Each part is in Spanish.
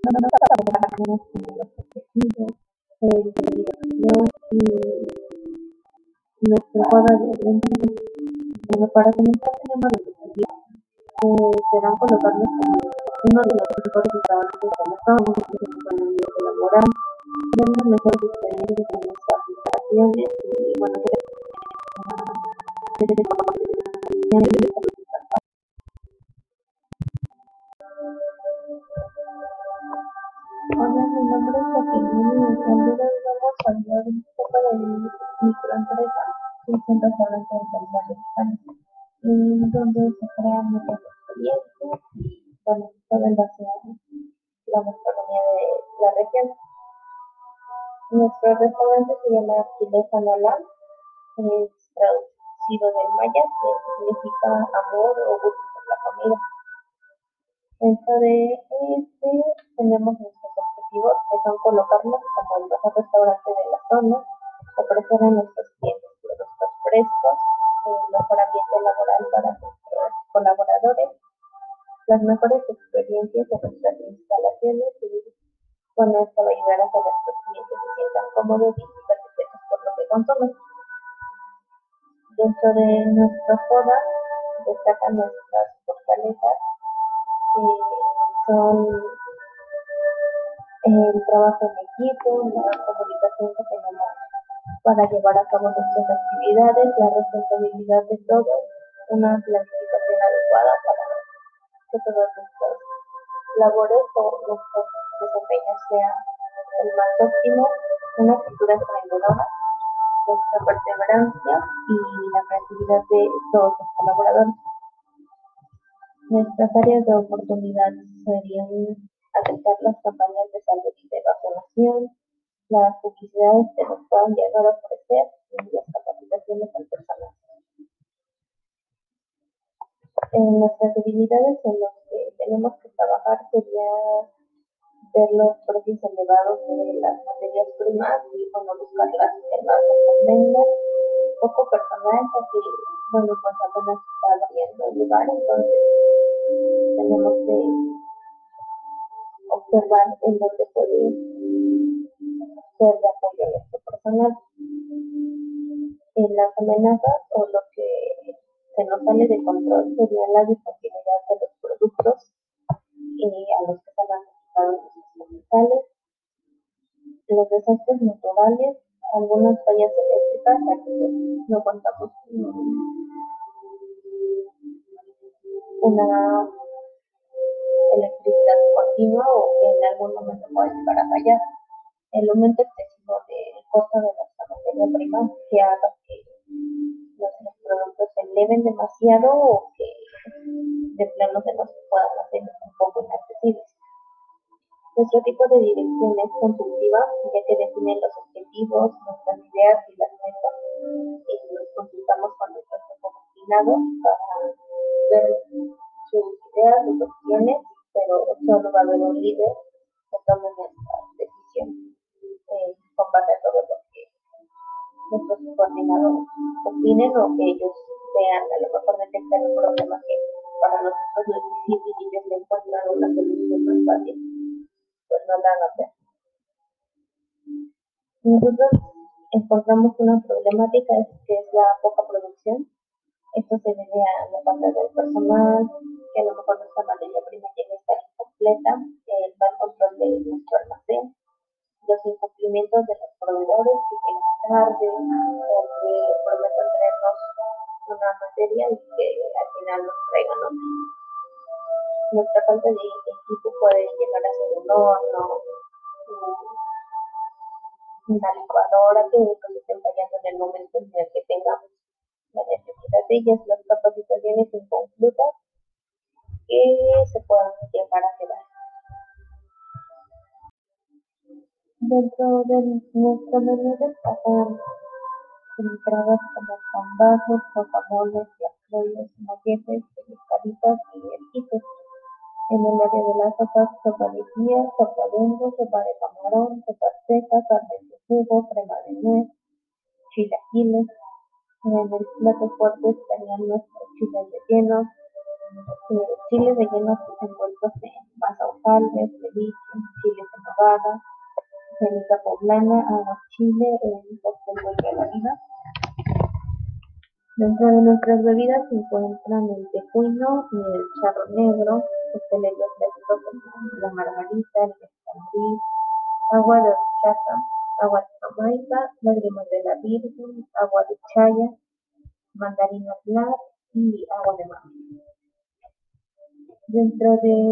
Tenemos como los objetivos, dirección y nuestra hora de evento. Bueno, para comenzar tenemos los objetivos, que serán colocarnos como uno de los mejores restaurantes de la zona, con el ambiente laboral, ver las mejores experiencias en nuestras instalaciones y bueno, hola, mi nombre es Jacqueline y el día de hoy vamos a hablar un poco de mi microempresa, que es un restaurante de comida mexicana, donde se crean muchas experiencias y bueno, todo en base a la gastronomía de la región. Nuestro restaurante se llama Chileza Nolam, es traducido del maya, que significa amor o gusto por la comida. Dentro de este tenemos nuestros objetivos, que son colocarnos como el mejor restaurante de la zona, ofrecer a nuestros clientes productos frescos, el mejor ambiente laboral para nuestros colaboradores, las mejores experiencias en nuestras instalaciones y con esto va a ayudar a que nuestros clientes se sientan cómodos y satisfechos por lo que consumen. Dentro de nuestra joda destacan nuestras fortalezas, que son el trabajo en equipo, la comunicación que tenemos para llevar a cabo nuestras actividades, la responsabilidad de todos, una planificación adecuada para que todas nuestras labores o nuestros desempeños sean el más óptimo, una cultura emprendedora, nuestra perseverancia y la creatividad de todos los colaboradores. Nuestras áreas de oportunidad serían aceptar las campañas de salud y de vacunación, las publicidades que nos puedan llegar a ofrecer y las capacitaciones al personal. Nuestras debilidades en las que tenemos que trabajar sería ver los precios elevados de las materias primas y bueno, buscarlas que más nos convengan, poco personal, porque bueno, pues apenas está abriendo el lugar, entonces tenemos que observar en dónde puede ser de apoyo a nuestro personal. En las amenazas o lo que se nos sale de control sería la discontinuidad de los productos a los que están asociados los hospitales, los desastres naturales, algunas fallas eléctricas, aquí no contamos con una electricidad continua o que en algún momento puede llegar a fallar. El aumento excesivo del costo de nuestra materia prima que haga que nuestros productos se eleven demasiado o que de plano se nos puedan hacer un poco inaccesibles. Nuestro tipo de dirección es consultiva, ya que define los objetivos, nuestras ideas y las metas. Y nos consultamos con nuestros subordinados para ver sus ideas, sus opciones, pero solo va a haber un líder que tome nuestra decisión con base a todo lo que nuestros subordinados opinen o que ellos vean a lo mejor detectar un problema que para nosotros no es difícil y ellos le encuentran una solución más fácil, pues no la hagan ver. Nosotros encontramos una problemática que es la poca producción. Esto se debe a la falta del personal, que a lo mejor nuestra materia prima llega a estar incompleta, el mal control de nuestro almacén, los incumplimientos de los proveedores que llegan tarde o que prometen traernos una materia y que al final nos traigan otra. Nuestra falta de equipo puede llegar a ser un horno, una licuadora que nos estén fallando en el momento en el que tengamos la necesidad de ellas, las capacitaciones inconclusas que se puedan llegar a quedar. Dentro de nuestro menú destacan entradas como pambazos, guacamoles, tlacoyos, molletes, pescaditas y esquites. En el área de las sopas, sopa de guía, sopa de hongo, sopa de camarón, sopa seca, carne de jugo, crema de nuez, chilaquiles. En el plato fuerte estarían nuestros chiles rellenos envueltos en masa nopales, ceviche, chiles en nogada, semita poblana, aguachile, el pastel de la vida. Dentro de nuestras bebidas se encuentran el tejuino, el charro negro, coctelería clásicos como la margarita, el pescadillo, agua de horchata, agua de Jamaica, lágrimas de la Virgen, agua de chaya, mandarina black y agua de mar. Dentro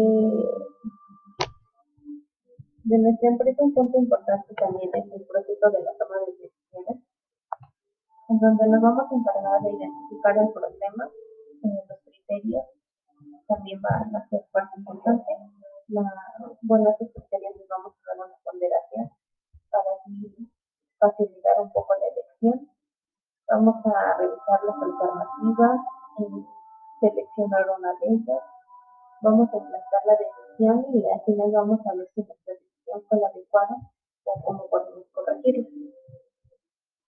de nuestra empresa un punto importante también es el proceso de la toma de decisiones, en donde nos vamos a encargar de identificar el problema, los criterios, también va a ser parte importante. Estos criterios nos vamos a dar una ponderación para así facilitar un poco la elección. Vamos a revisar las alternativas, seleccionar una de ellas, vamos a implantar la decisión y al final vamos a ver si nuestra decisión fue la